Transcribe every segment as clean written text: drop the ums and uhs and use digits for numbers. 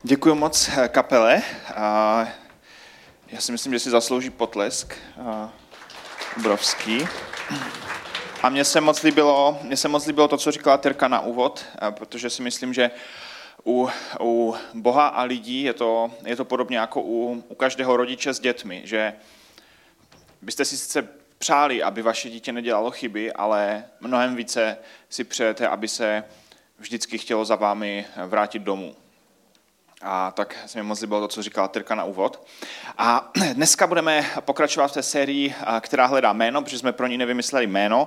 Děkuji moc kapele. Já si myslím, že si zaslouží potlesk. Obrovský. A mně se moc líbilo to, co říkala Terka na úvod, protože si myslím, že u Boha a lidí je to podobně jako u každého rodiče s dětmi, že byste si sice přáli, aby vaše dítě nedělalo chyby, ale mnohem více si přejete, aby se vždycky chtělo za vámi vrátit domů. A tak se mi moc líbilo to, co říkala Terka na úvod. A dneska budeme pokračovat v té sérii, která hledá jméno, protože jsme pro ní nevymysleli jméno.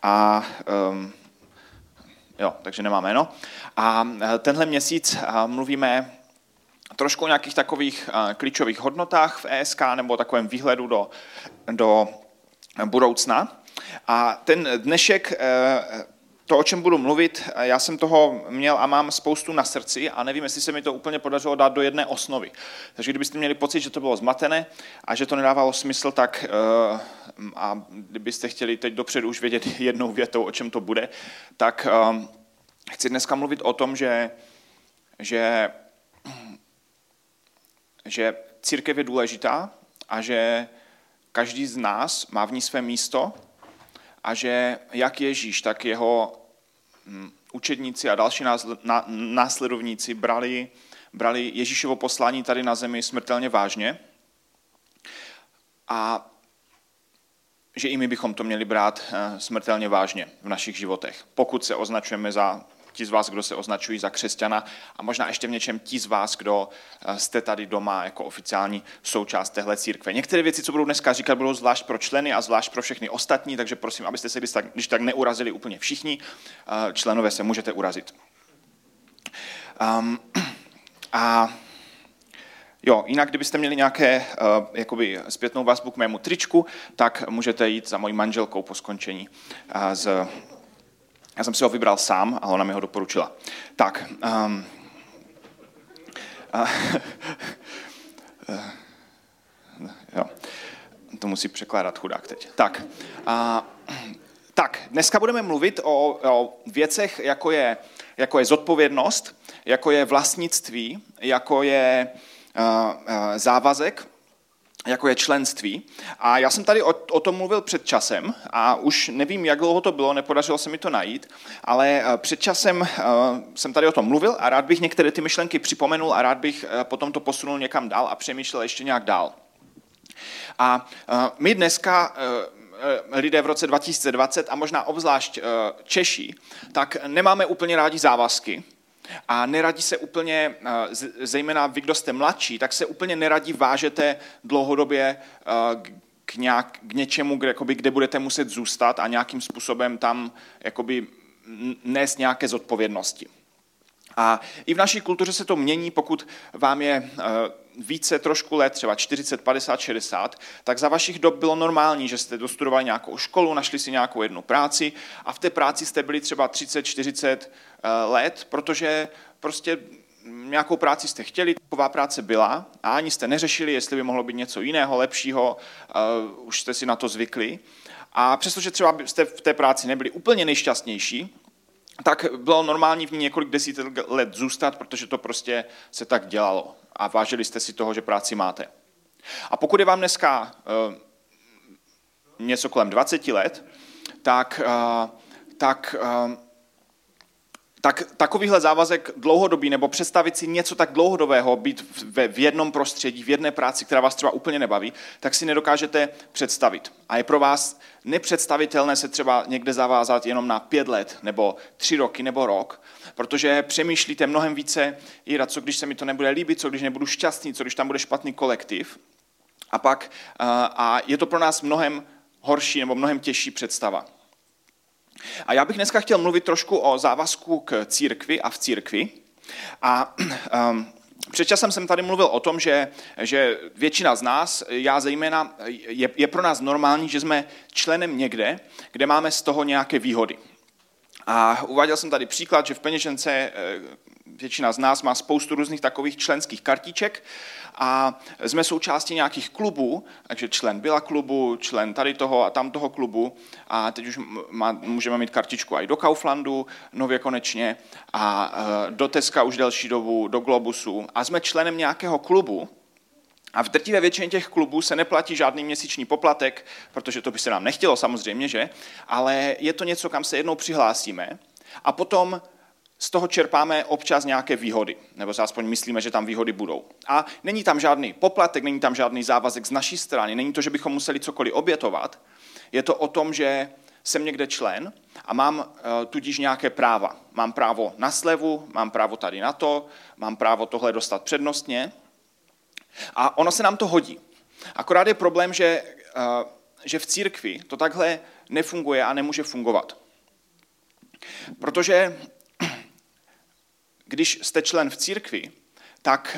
Takže nemá jméno. A tenhle měsíc mluvíme trošku o nějakých takových klíčových hodnotách v ESK nebo o takovém výhledu do budoucna. A ten dnešek, to, o čem budu mluvit, já jsem toho měl a mám spoustu na srdci a nevím, jestli se mi to úplně podařilo dát do jedné osnovy. Takže kdybyste měli pocit, že to bylo zmatené a že to nedávalo smysl, tak a kdybyste chtěli teď dopředu už vědět jednou větou, o čem to bude, tak chci dneska mluvit o tom, že církev je důležitá a že každý z nás má v ní své místo a že jak Ježíš, tak jeho učedníci a další následovníci brali Ježíšovo poslání tady na zemi smrtelně vážně a že i my bychom to měli brát smrtelně vážně v našich životech, pokud se označujeme za ti z vás, kdo se označují za křesťana a možná ještě v něčem ti z vás, kdo jste tady doma jako oficiální součást téhle církve. Některé věci, co budu dneska říkat, budou zvlášť pro členy a zvlášť pro všechny ostatní, takže prosím, abyste se když tak neurazili úplně všichni, členové se můžete urazit. Jinak kdybyste měli nějaké zpětnou vazbu k mému tričku, tak můžete jít za mojí manželkou po skončení já jsem si ho vybral sám, ale ona mi ho doporučila. Tak. To musí překládat chudák teď. Tak, dneska budeme mluvit o věcech, jako je zodpovědnost, jako je vlastnictví, jako je závazek, jako je členství. A já jsem tady o tom mluvil před časem a už nevím, jak dlouho to bylo, nepodařilo se mi to najít, ale před časem jsem tady o tom mluvil a rád bych některé ty myšlenky připomenul a rád bych potom to posunul někam dál a přemýšlel ještě nějak dál. A my dneska, lidé v roce 2020 a možná obzvlášť Češi, tak nemáme úplně rádi závazky. A neradí se úplně, zejména vy, kdo jste mladší, tak se úplně neradí vážete dlouhodobě k něčemu, kde budete muset zůstat a nějakým způsobem tam nést nějaké zodpovědnosti. A i v naší kultuře se to mění, pokud vám je více trošku let, třeba 40, 50, 60, tak za vašich dob bylo normální, že jste dostudovali nějakou školu, našli si nějakou jednu práci a v té práci jste byli třeba 30, 40 let, protože prostě nějakou práci jste chtěli, taková práce byla a ani jste neřešili, jestli by mohlo být něco jiného, lepšího, už jste si na to zvykli. A přestože třeba jste v té práci nebyli úplně nejšťastnější, tak bylo normální v ní několik desítek let zůstat, protože to prostě se tak dělalo a vážili jste si toho, že práci máte. A pokud je vám dneska něco kolem 20 let, tak takovýhle závazek dlouhodobý nebo představit si něco tak dlouhodobého, být v jednom prostředí, v jedné práci, která vás třeba úplně nebaví, tak si nedokážete představit. A je pro vás nepředstavitelné se třeba někde zavázat jenom na 5 let, nebo 3 roky, nebo rok, protože přemýšlíte mnohem více, co když se mi to nebude líbit, co když nebudu šťastný, co když tam bude špatný kolektiv. A je to pro nás mnohem horší nebo mnohem těžší představa. A já bych dneska chtěl mluvit trošku o závazku k církvi a v církvi. A před časem jsem tady mluvil o tom, že většina z nás, já zejména, je pro nás normální, že jsme členem někde, kde máme z toho nějaké výhody. A uváděl jsem tady příklad, že v peněžence většina z nás má spoustu různých takových členských kartiček a jsme součástí nějakých klubů, takže člen Byla klubu, člen tady toho a tam toho klubu a teď už můžeme mít kartičku i do Kauflandu, nově konečně a do Teska už delší dobu, do Globusu a jsme členem nějakého klubu. A v drtivé většině těch klubů se neplatí žádný měsíční poplatek, protože to by se nám nechtělo samozřejmě, že? Ale je to něco, kam se jednou přihlásíme a potom z toho čerpáme občas nějaké výhody, nebo se aspoň myslíme, že tam výhody budou. A není tam žádný poplatek, není tam žádný závazek z naší strany, není to, že bychom museli cokoliv obětovat, je to o tom, že jsem někde člen a mám tudíž nějaké práva. Mám právo na slevu, mám právo tady na to, mám právo tohle dostat přednostně. A ono se nám to hodí. Akorát je problém, že v církvi to takhle nefunguje a nemůže fungovat. Protože když jste člen v církvi, tak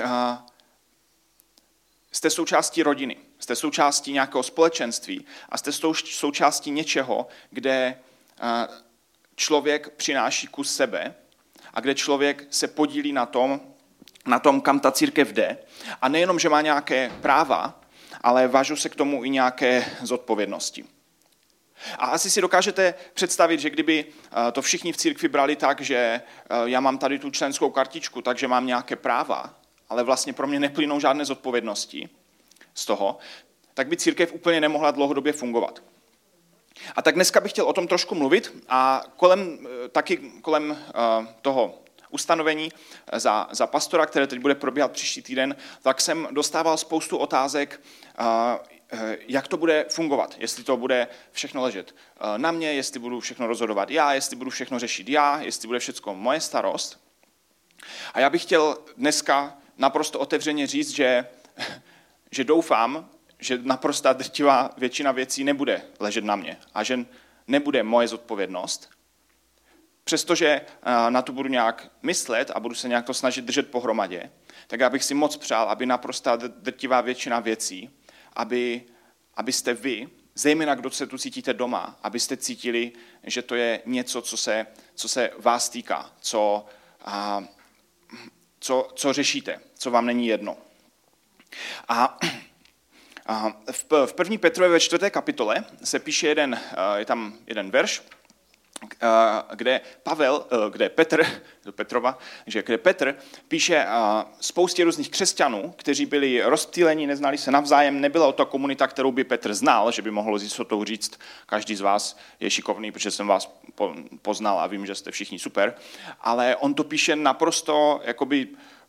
jste součástí rodiny, jste součástí nějakého společenství a jste součástí něčeho, kde člověk přináší kus sebe a kde člověk se podílí na tom, kam ta církev jde. A nejenom, že má nějaké práva, ale vážou se k tomu i nějaké zodpovědnosti. A asi si dokážete představit, že kdyby to všichni v církvi brali tak, že já mám tady tu členskou kartičku, takže mám nějaké práva, ale vlastně pro mě neplynou žádné zodpovědnosti z toho, tak by církev úplně nemohla dlouhodobě fungovat. A tak dneska bych chtěl o tom trošku mluvit a kolem toho ustanovení za pastora, které teď bude probíhat příští týden, tak jsem dostával spoustu otázek, jak to bude fungovat, jestli to bude všechno ležet na mě, jestli budu všechno rozhodovat já, jestli budu všechno řešit já, jestli bude všechno moje starost. A já bych chtěl dneska naprosto otevřeně říct, že doufám, že naprosto drtivá většina věcí nebude ležet na mě a že nebude moje zodpovědnost, přestože na to budu nějak myslet a budu se nějak to snažit držet pohromadě, tak já bych si moc přál, aby naprosto drtivá většina věcí, abyste vy, zejména kdo se tu cítíte doma, abyste cítili, že to je něco, co se vás týká, co řešíte, co vám není jedno. A v 1. Petrově ve 4. kapitole se píše je tam jeden verš, kde Petr píše spoustě různých křesťanů, kteří byli rozptýleni, neznali se navzájem, nebyla to komunita, kterou by Petr znal, že by mohl s jistotou říct, každý z vás je šikovný, protože jsem vás poznal a vím, že jste všichni super, ale on to píše naprosto jakoby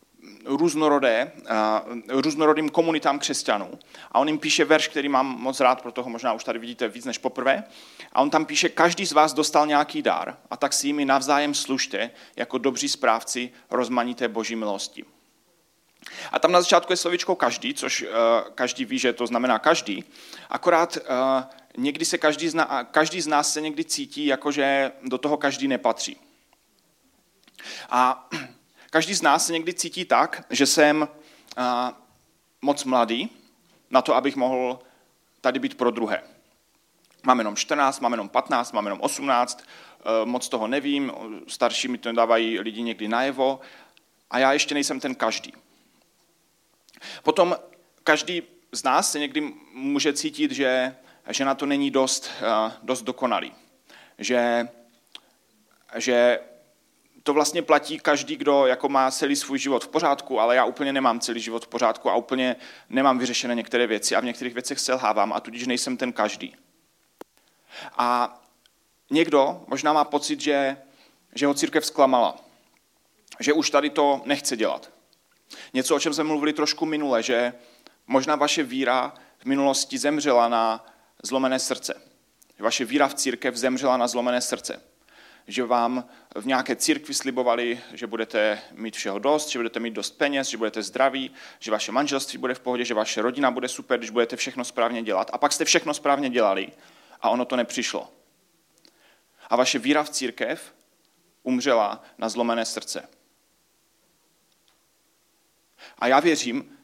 různorodým komunitám křesťanů. A on jim píše verš, který mám moc rád, proto ho možná už tady vidíte víc než poprvé. A on tam píše, každý z vás dostal nějaký dar a tak si jimi navzájem služte jako dobří správci rozmanité boží milosti. A tam na začátku je slovíčko každý, což každý ví, že to znamená každý. Akorát někdy se každý z nás se někdy cítí, jakože do toho každý nepatří. A každý z nás se někdy cítí tak, že jsem moc mladý na to, abych mohl tady být pro druhé. Mám jenom 14, mám jenom 15, mám jenom 18, moc toho nevím, starší mi to dávají lidi někdy najevo a já ještě nejsem ten každý. Potom každý z nás se někdy může cítit, že na to není dost dokonalý. Že to vlastně platí každý, kdo jako má celý svůj život v pořádku, ale já úplně nemám celý život v pořádku a úplně nemám vyřešené některé věci a v některých věcech selhávám a tudíž nejsem ten každý. A někdo možná má pocit, že ho církev zklamala, že už tady to nechce dělat. Něco, o čem jsme mluvili trošku minule, že možná vaše víra v minulosti zemřela na zlomené srdce. Že vaše víra v církev zemřela na zlomené srdce. Že vám v nějaké církvi slibovali, že budete mít všeho dost, že budete mít dost peněz, že budete zdraví, že vaše manželství bude v pohodě, že vaše rodina bude super, když budete všechno správně dělat. A pak jste všechno správně dělali a ono to nepřišlo. A vaše víra v církev umřela na zlomené srdce. A já věřím,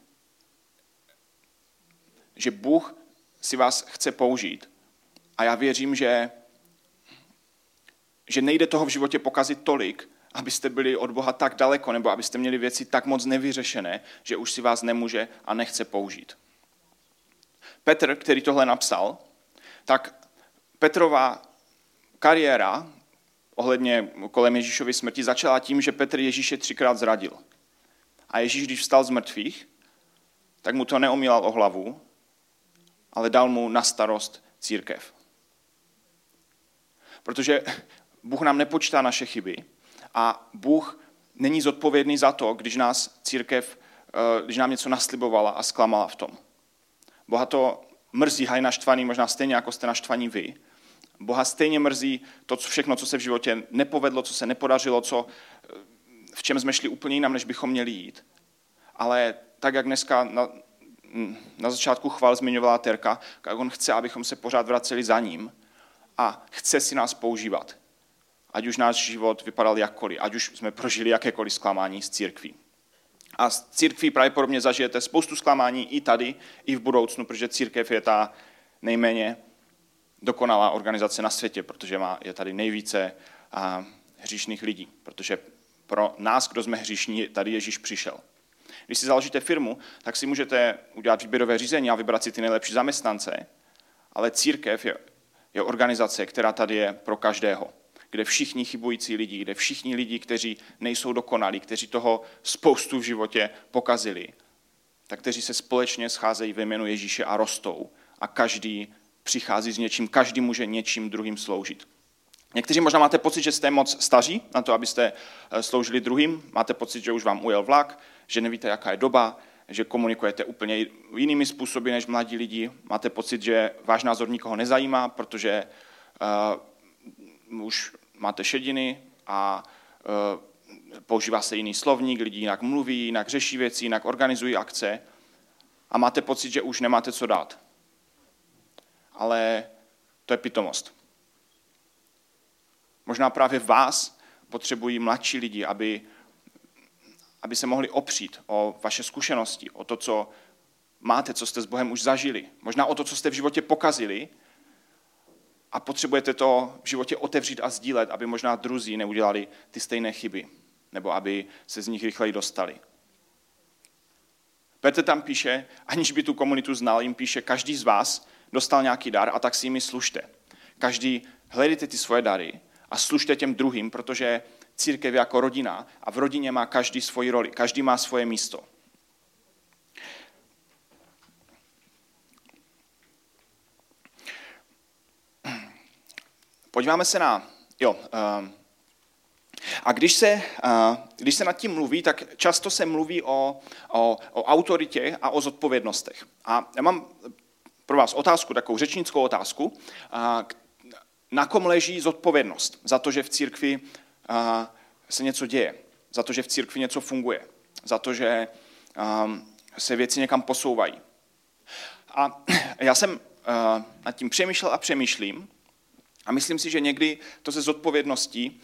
že Bůh si vás chce použít. A já věřím, že že nejde toho v životě pokazit tolik, abyste byli od Boha tak daleko, nebo abyste měli věci tak moc nevyřešené, že už si vás nemůže a nechce použít. Petr, který tohle napsal, tak Petrova kariéra ohledně kolem Ježíšovy smrti začala tím, že Petr Ježíše 3krát zradil. A Ježíš, když vstal z mrtvých, tak mu to neomílal o hlavu, ale dal mu na starost církev. Protože Bůh nám nepočítá naše chyby a Bůh není zodpovědný za to, když nás církev, když nám něco naslibovala a zklamala v tom. Boha to mrzí, a je naštvaný možná stejně, jako jste naštvaní vy. Boha stejně mrzí to všechno, co se v životě nepovedlo, co se nepodařilo, v čem jsme šli úplně jinam, než bychom měli jít. Ale tak, jak dneska na začátku chval zmiňovala Terka, tak on chce, abychom se pořád vraceli za ním a chce si nás používat. Ať už náš život vypadal jakkoliv, ať už jsme prožili jakékoliv zklamání z církví. A z církví pravděpodobně zažijete spoustu zklamání i tady, i v budoucnu, protože církev je ta nejméně dokonalá organizace na světě, protože je tady nejvíce hříšných lidí, protože pro nás, kdo jsme hříšní, tady Ježíš přišel. Když si založíte firmu, tak si můžete udělat výběrové řízení a vybrat si ty nejlepší zaměstnance, ale církev je organizace, která tady je pro každého, kde všichni chybující lidi, kde všichni lidi, kteří nejsou dokonalí, kteří toho spoustu v životě pokazili, tak kteří se společně scházejí ve jménu Ježíše a rostou a každý přichází s něčím, každý může něčím druhým sloužit. Někteří možná máte pocit, že jste moc staří na to, abyste sloužili druhým, máte pocit, že už vám ujel vlak, že nevíte, jaká je doba, že komunikujete úplně jinými způsoby než mladí lidi, máte pocit, že váš názor nikoho nezajímá, protože už máte šediny a používá se jiný slovník, lidi jinak mluví, jinak řeší věci, jinak organizují akce a máte pocit, že už nemáte co dát. Ale to je pitomost. Možná právě vás potřebují mladší lidi, aby se mohli opřít o vaše zkušenosti, o to, co máte, co jste s Bohem už zažili. Možná o to, co jste v životě pokazili a potřebujete to v životě otevřít a sdílet, aby možná druzí neudělali ty stejné chyby, nebo aby se z nich rychleji dostali. Petr tam píše, aniž by tu komunitu znal, jim píše, každý z vás dostal nějaký dar a tak si jimi služte. Každý hledejte ty svoje dary a služte těm druhým, protože církev je jako rodina a v rodině má každý svoji roli, každý má svoje místo. Podíváme se na... A když se nad tím mluví, tak často se mluví o autoritě a o zodpovědnostech. A já mám pro vás otázku, takovou řečnickou otázku. Na kom leží zodpovědnost za to, že v církvi se něco děje, za to, že v církvi něco funguje, za to, že se věci někam posouvají. A já jsem nad tím přemýšlel a přemýšlím a myslím si, že někdy to se zodpovědností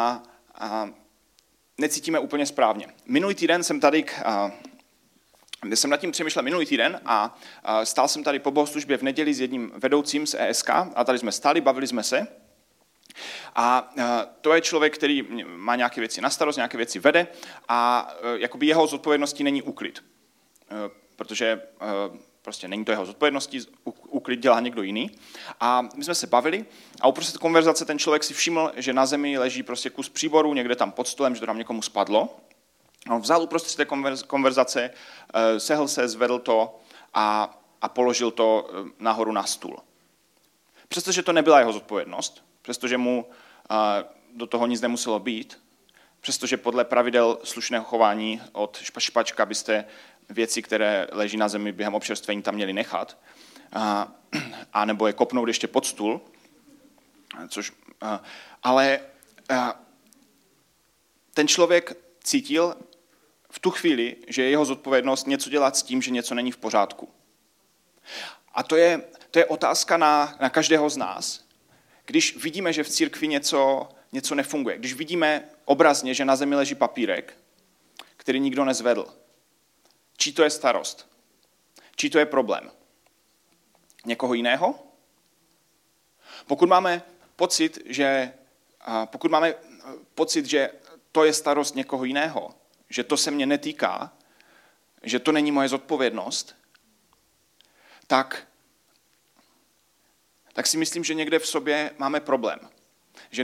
necítíme úplně správně. Minulý týden jsem tady, jsem nad tím přemýšlel minulý týden a stál jsem tady po bohoslužbě v neděli s jedním vedoucím z ESK a tady jsme stáli, bavili jsme se. A to je člověk, který má nějaké věci na starost, nějaké věci vede a jakoby jeho zodpovědností není úklid. Protože prostě není to jeho zodpovědností, úklid dělá někdo jiný. A my jsme se bavili a uprostřed konverzace ten člověk si všiml, že na zemi leží prostě kus příboru, někde tam pod stolem, že to tam někomu spadlo. A on vzal uprostřed té konverzace, sehl se, zvedl to a položil to nahoru na stůl. Přestože to nebyla jeho zodpovědnost, přestože mu do toho nic nemuselo být, přestože podle pravidel slušného chování od špačka byste věci, které leží na zemi během občerstvení, tam měli nechat, a nebo je kopnout ještě pod stůl, ale ten člověk cítil v tu chvíli, že je jeho zodpovědnost něco dělat s tím, že něco není v pořádku. A to je otázka na každého z nás. Když vidíme, že v církvi něco nefunguje, když vidíme obrazně, že na zemi leží papírek, který nikdo nezvedl, čí to je starost? Čí to je problém? Někoho jiného? Pokud máme pocit, že pokud máme pocit, že to je starost někoho jiného, že to se mě netýká, že to není moje zodpovědnost, tak si myslím, že někde v sobě máme problém. Že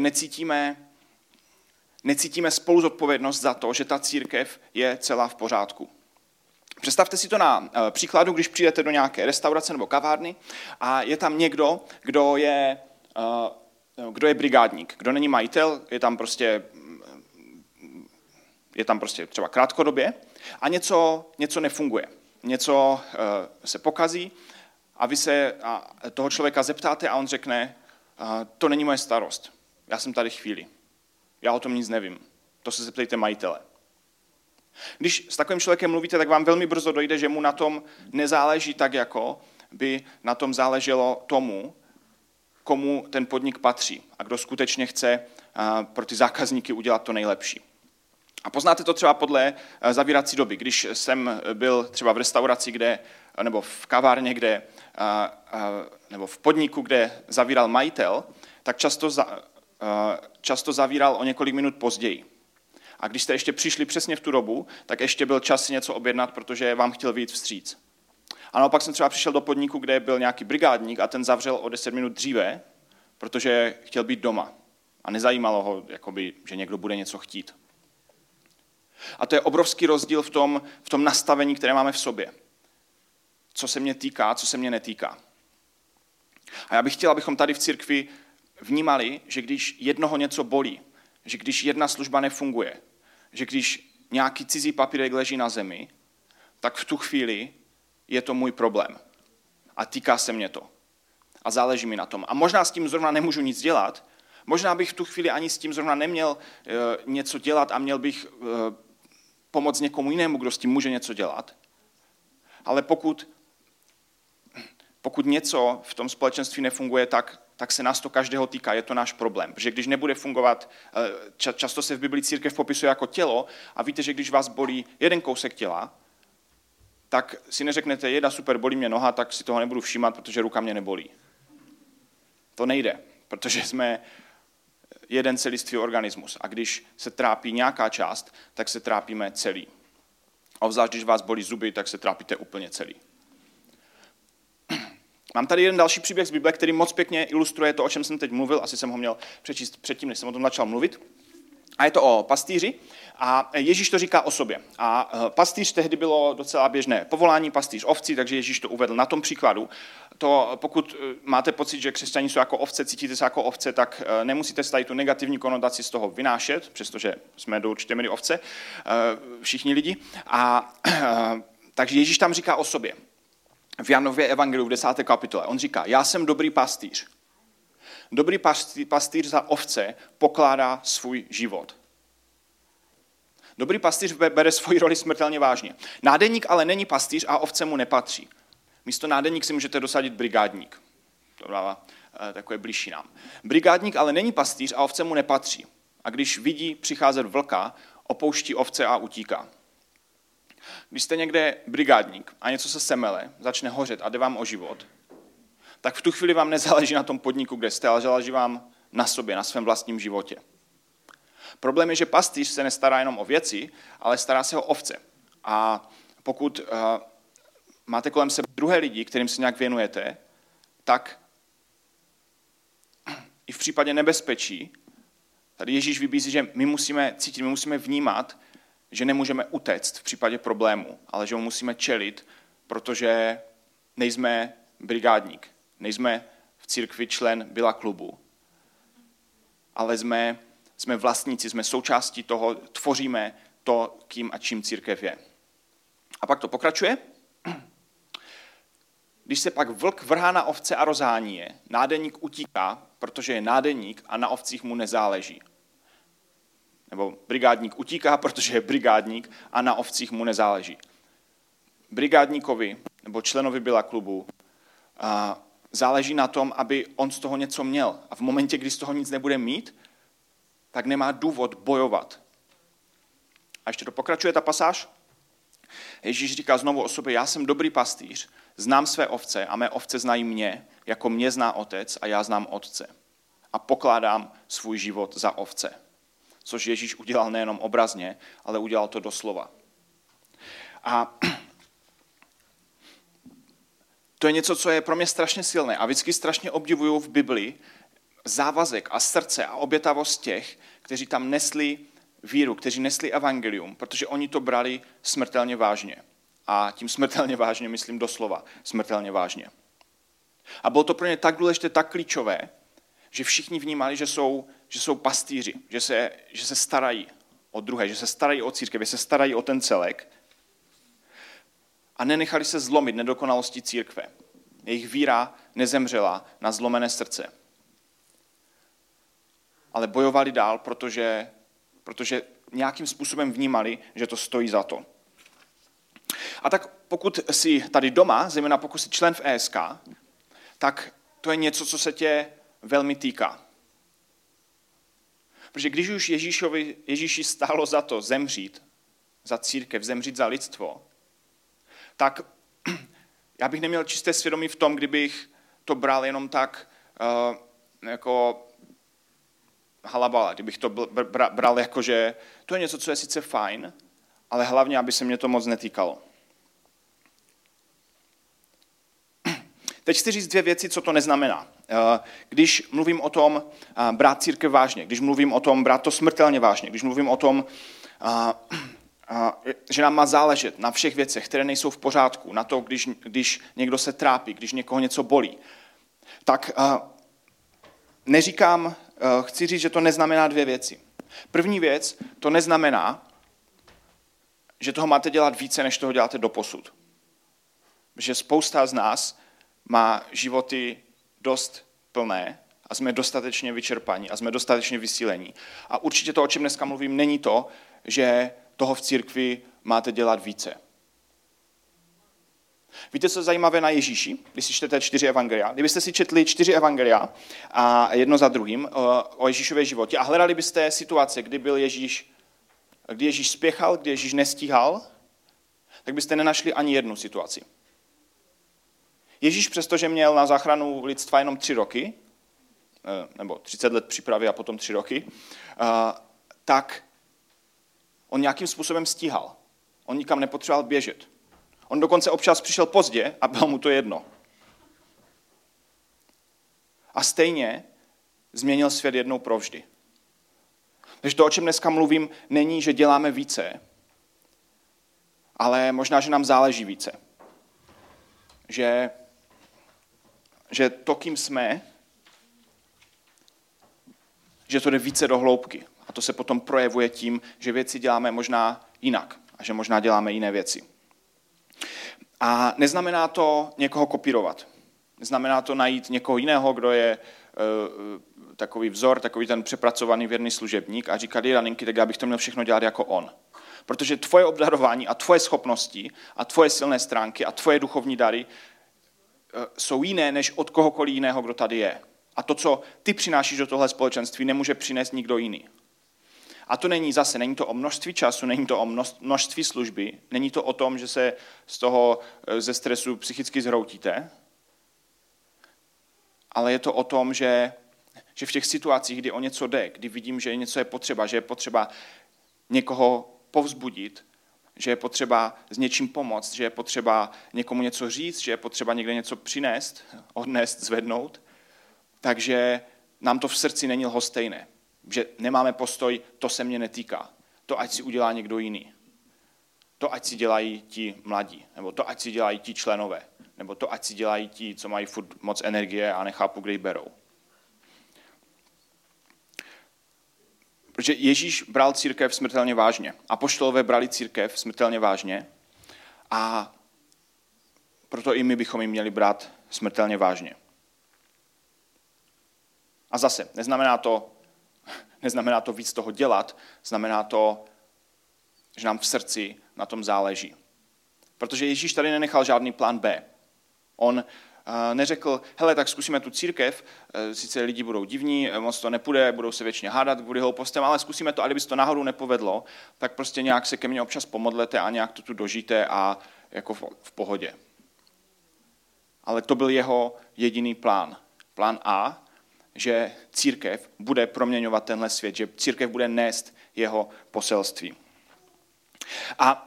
necítíme spolu zodpovědnost za to, že ta církev je celá v pořádku. Představte si to na příkladu, když přijdete do nějaké restaurace nebo kavárny a je tam někdo, kdo je brigádník, kdo není majitel, je tam prostě třeba krátkodobě a něco nefunguje. Něco se pokazí a vy se toho člověka zeptáte a on řekne, to není moje starost, já jsem tady chvíli, já o tom nic nevím, to se zeptejte majitele. Když s takovým člověkem mluvíte, tak vám velmi brzo dojde, že mu na tom nezáleží tak, jako by na tom záleželo tomu, komu ten podnik patří a kdo skutečně chce pro ty zákazníky udělat to nejlepší. A poznáte to třeba podle zavírací doby. Když jsem byl třeba v restauraci, nebo v kavárně, nebo v podniku, kde zavíral majitel, tak často zavíral o několik minut později. A když jste ještě přišli přesně v tu dobu, tak ještě byl čas si něco objednat, protože vám chtěl vyjít vstříc. A naopak jsem třeba přišel do podniku, kde byl nějaký brigádník a ten zavřel o 10 minut dříve, protože chtěl být doma. A nezajímalo ho, jakoby, že někdo bude něco chtít. A to je obrovský rozdíl v tom nastavení, které máme v sobě. Co se mě týká, co se mě netýká. A já bych chtěl, abychom tady v církvi vnímali, že když jednoho něco bolí, že když jedna služba nefunguje, že když nějaký cizí papírek leží na zemi, tak v tu chvíli je to můj problém. A týká se mě to. A záleží mi na tom. A možná s tím zrovna nemůžu nic dělat, možná bych v tu chvíli ani s tím zrovna neměl něco dělat a měl bych pomoct někomu jinému, kdo s tím může něco dělat. Ale pokud něco v tom společenství nefunguje, tak se nás to každého týká, je to náš problém. Protože když nebude fungovat, často se v Biblii církev popisuje jako tělo a víte, že když vás bolí jeden kousek těla, tak si neřeknete, jeda super, bolí mě noha, tak si toho nebudu všímat, protože ruka mě nebolí. To nejde, protože jsme jeden celistvý organismus a když se trápí nějaká část, tak se trápíme celý. A obzvlášť, když vás bolí zuby, tak se trápíte úplně celý. Mám tady jeden další příběh z Bible, který moc pěkně ilustruje to, o čem jsem teď mluvil. Asi jsem ho měl přečíst předtím, než jsem o tom začal mluvit. A je to o pastýři a Ježíš to říká o sobě. A pastýř tehdy bylo docela běžné povolání, pastýř ovcí, takže Ježíš to uvedl na tom příkladu. To, pokud máte pocit, že křesťané jsou jako ovce, cítíte se jako ovce, tak nemusíte tady tu negativní konotaci z toho vynášet, přestože jsme do určité míry ovce, všichni lidi. Takže Ježíš tam říká o sobě. V Janově evangeliu v 10. kapitole. On říká, já jsem dobrý pastýř. Dobrý pastýř za ovce pokládá svůj život. Dobrý pastýř bere svoji roli smrtelně vážně. Nádeník ale není pastýř a ovce mu nepatří. Místo nádeník si můžete dosadit brigádník. To dává takové blížší nám. Brigádník ale není pastýř a ovce mu nepatří. A když vidí přicházet vlka, opouští ovce a utíká. Když jste někde brigádník a něco se semele, začne hořet a jde vám o život, tak v tu chvíli vám nezáleží na tom podniku, kde jste, ale záleží vám na sobě, na svém vlastním životě. Problém je, že pastýř se nestará jenom o věci, ale stará se o ovce. A pokud máte kolem sebe druhé lidi, kterým se nějak věnujete, tak i v případě nebezpečí, tady Ježíš vybízí, že my musíme cítit, my musíme vnímat, že nemůžeme utéct v případě problému, ale že mu musíme čelit, protože nejsme brigádník, nejsme v církvi člen byla klubu, ale jsme vlastníci, jsme součástí toho, tvoříme to, kým a čím církev je. A pak to pokračuje. Když se pak vlk vrhá na ovce a rozhání je, nádeník utíká, protože je nádeník a na ovcích mu nezáleží. Nebo brigádník utíká, protože je brigádník a na ovcích mu nezáleží. Brigádníkovi nebo členovi byla klubu záleží na tom, aby on z toho něco měl. A v momentě, kdy z toho nic nebude mít, tak nemá důvod bojovat. A ještě to pokračuje ta pasáž. Ježíš říká znovu o sobě, já jsem dobrý pastýř, znám své ovce a mé ovce znají mě, jako mě zná otec a já znám otce. a pokládám svůj život za ovce. Což Ježíš udělal nejenom obrazně, ale udělal to doslova. A to je něco, co je pro mě strašně silné a vždycky strašně obdivuju v Biblii závazek a srdce a obětavost těch, kteří tam nesli víru, kteří nesli evangelium, protože oni to brali smrtelně vážně. A tím smrtelně vážně myslím doslova smrtelně vážně. A bylo to pro ně tak důležité, tak klíčové, že všichni vnímali, že jsou pastýři, že se starají o druhé, že se starají o církev, že se starají o ten celek a nenechali se zlomit nedokonalostí církve. Jejich víra nezemřela na zlomené srdce. Ale bojovali dál, protože nějakým způsobem vnímali, že to stojí za to. A tak pokud jsi tady doma, zejména pokud jsi člen v ESK, tak to je něco, co se tě velmi týká. Protože když už Ježíši stálo za to zemřít za církev, zemřít za lidstvo, tak já bych neměl čisté svědomí v tom, kdybych to bral jenom tak jako halabala, kdybych to bral jako, že to je něco, co je sice fajn, ale hlavně, aby se mě to moc netýkalo. Teď chci říct dvě věci, co to neznamená. Když mluvím o tom brát církev vážně, když mluvím o tom brát to smrtelně vážně, když mluvím o tom, že nám má záležet na všech věcech, které nejsou v pořádku, na to, když někdo se trápí, když někoho něco bolí, tak neříkám, chci říct, že to neznamená dvě věci. První věc, to neznamená, že toho máte dělat více, než toho děláte doposud. Že spousta z nás má životy dost plné a jsme dostatečně vyčerpaní a jsme dostatečně vysílení. A určitě to, o čem dneska mluvím, není to, že toho v církvi máte dělat více. Víte, co je zajímavé na Ježíši, když si čtete 4 evangelia? Kdybyste si četli 4 evangelia a jedno za druhým o Ježíšově životě a hledali byste situace, kdy Ježíš spěchal, kdy Ježíš nestíhal, tak byste nenašli ani jednu situaci. Ježíš, přestože měl na záchranu lidstva jenom 3 roky, nebo 30 let přípravy a potom 3 roky, tak on nějakým způsobem stíhal. On nikam nepotřeboval běžet. On dokonce občas přišel pozdě a bylo mu to jedno. A stejně změnil svět jednou provždy. Takže to, o čem dneska mluvím, není, že děláme více, ale možná, že nám záleží více. Že to, kým jsme, že to jde více do hloubky. A to se potom projevuje tím, že věci děláme možná jinak a že možná děláme jiné věci. A neznamená to někoho kopírovat. Neznamená to najít někoho jiného, kdo je takový vzor, takový ten přepracovaný věrný služebník a říkat, Raninky, tak já bych to měl všechno dělat jako on. Protože tvoje obdarování a tvoje schopnosti a tvoje silné stránky a tvoje duchovní dary jsou jiné než od kohokoliv jiného, kdo tady je. A to, co ty přinášíš do tohle společenství, nemůže přinést nikdo jiný. A to není to o množství času, není to o množství služby, není to o tom, že se ze stresu psychicky zhroutíte, ale je to o tom, že v těch situacích, kdy o něco jde, kdy vidím, že něco je potřeba, že je potřeba někoho povzbudit, že je potřeba s něčím pomoct, že je potřeba někomu něco říct, že je potřeba někde něco přinést, odnést, zvednout, takže nám to v srdci není lhostejné. Že nemáme postoj, to se mě netýká. To ať si udělá někdo jiný. To ať si dělají ti mladí, nebo to ať si dělají ti členové, nebo to ať si dělají ti, co mají furt moc energie a nechápu, kde ji berou. Protože Ježíš bral církev smrtelně vážně. Apoštolové brali církev smrtelně vážně a proto i my bychom ji měli brát smrtelně vážně. A zase, neznamená to víc toho dělat, znamená to, že nám v srdci na tom záleží. Protože Ježíš tady nenechal žádný plán B. On neřekl, hele, tak zkusíme tu církev, sice lidi budou divní, moc to nepůjde, budou se věčně hádat kvůli hloupostem, ale zkusíme to, a kdyby se to náhodou nepovedlo, tak prostě nějak se ke mně občas pomodlete a nějak to tu dožijte a jako v pohodě. Ale to byl jeho jediný plán. Plán A že církev bude proměňovat tenhle svět, že církev bude nést jeho poselství. A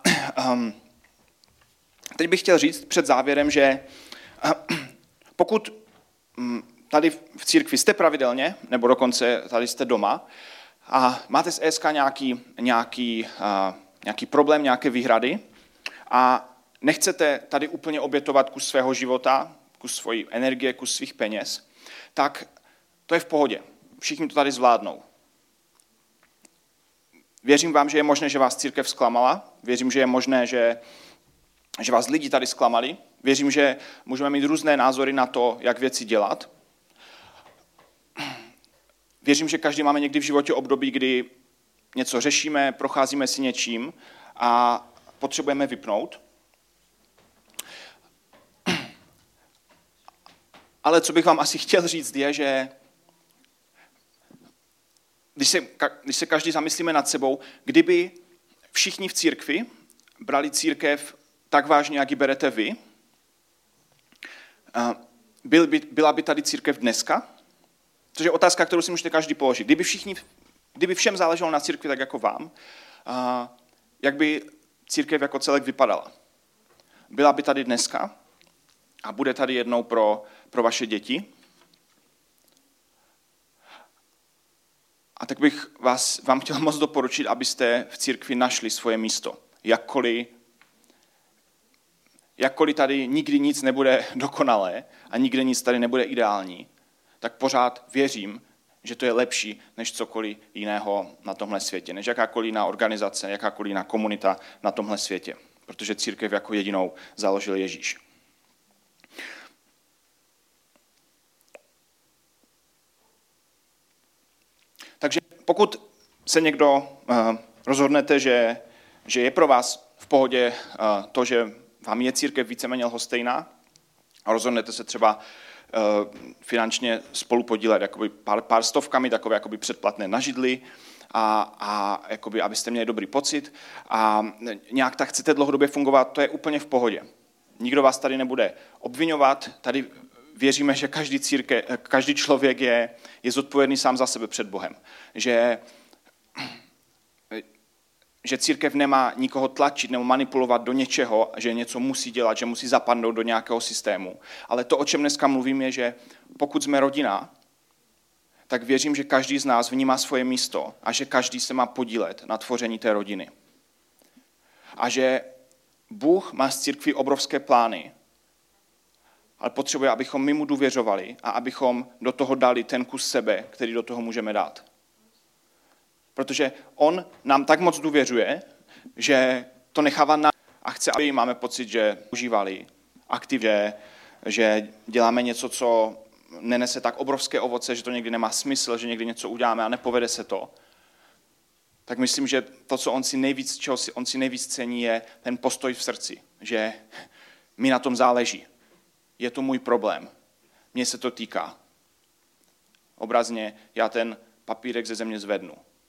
teď bych chtěl říct před závěrem, že pokud tady v církvi jste pravidelně, nebo dokonce tady jste doma a máte s ESK nějaký problém, nějaké výhrady a nechcete tady úplně obětovat kus svého života, kus svojí energie, kus svých peněz, tak to je v pohodě. Všichni to tady zvládnou. Věřím vám, že je možné, že vás církev zklamala. Věřím, že je možné, že vás lidi tady zklamali. Věřím, že můžeme mít různé názory na to, jak věci dělat. Věřím, že každý máme někdy v životě období, kdy něco řešíme, procházíme si něčím a potřebujeme vypnout. Ale co bych vám asi chtěl říct je, že když se každý zamyslíme nad sebou, kdyby všichni v církvi brali církev tak vážně, jak ji berete vy, byla by tady církev dneska? Což je otázka, kterou si můžete každý položit. Kdyby všem záleželo na církvi tak jako vám, jak by církev jako celek vypadala? Byla by tady dneska a bude tady jednou pro vaše děti? A tak bych vám chtěl moc doporučit, abyste v církvi našli svoje místo. Jakkoliv tady nikdy nic nebude dokonalé a nikdy nic tady nebude ideální, tak pořád věřím, že to je lepší než cokoliv jiného na tomhle světě, než jakákoliv jiná organizace, jakákoliv jiná komunita na tomhle světě. Protože církev jako jedinou založil Ježíš. Takže pokud se někdo rozhodnete, že je pro vás v pohodě to, že vám je církev víceméně lhostejná a rozhodnete se třeba finančně spolu podílet jakoby pár stovkami, takové jakoby předplatné na židli a jakoby, abyste měli dobrý pocit a nějak tak chcete dlouhodobě fungovat, to je úplně v pohodě. Nikdo vás tady nebude obviňovat, tady věříme, že každý člověk je zodpovědný sám za sebe před Bohem. Že církev nemá nikoho tlačit nebo manipulovat do něčeho, že něco musí dělat, že musí zapadnout do nějakého systému. Ale to, o čem dneska mluvím, je, že pokud jsme rodina, tak věřím, že každý z nás vnímá svoje místo a že každý se má podílet na tvoření té rodiny. A že Bůh má z církví obrovské plány, ale potřebuje, abychom my mu důvěřovali a abychom do toho dali ten kus sebe, který do toho můžeme dát. Protože on nám tak moc důvěřuje, že to nechává na a chce, aby máme pocit, že užívali aktivně, že děláme něco, co nenese tak obrovské ovoce, že to někdy nemá smysl, že někdy něco uděláme a nepovede se to. Tak myslím, že to, čeho on si nejvíc cení, je ten postoj v srdci, že mi na tom záleží. Je to můj problém. Mně se to týká. Obrazně já ten papírek ze země zvednu.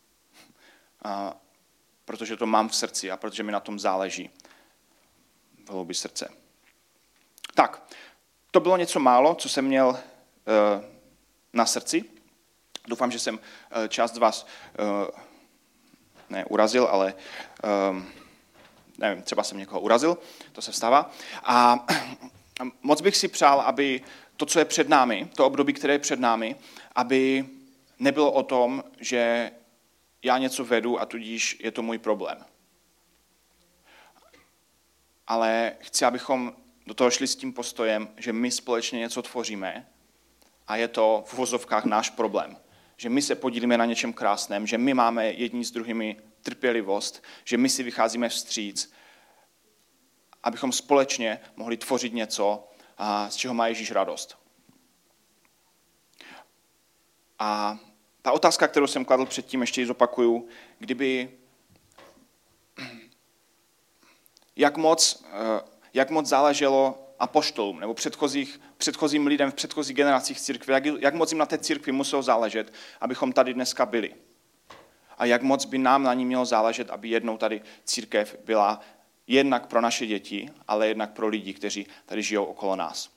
Protože to mám v srdci a protože mi na tom záleží v hloubi srdce. Tak, to bylo něco málo, co jsem měl na srdci. Doufám, že jsem část z vás urazil, ale nevím, třeba jsem někoho urazil, to se stává. A moc bych si přál, aby to, co je před námi, to období, které je před námi, aby nebylo o tom, že já něco vedu a tudíž je to můj problém. Ale chci, abychom do toho šli s tím postojem, že my společně něco tvoříme a je to v uvozovkách náš problém. Že my se podílíme na něčem krásném, že my máme jedni s druhými trpělivost, že my si vycházíme vstříc, abychom společně mohli tvořit něco, z čeho má Ježíš radost. A ta otázka, kterou jsem kladl předtím, ještě ji zopakuju, jak moc záleželo apoštolům nebo předchozím lidem v předchozích generacích církve, jak moc jim na té církvi muselo záležet, abychom tady dneska byli. A jak moc by nám na ní mělo záležet, aby jednou tady církev byla jednak pro naše děti, ale jednak pro lidi, kteří tady žijou okolo nás.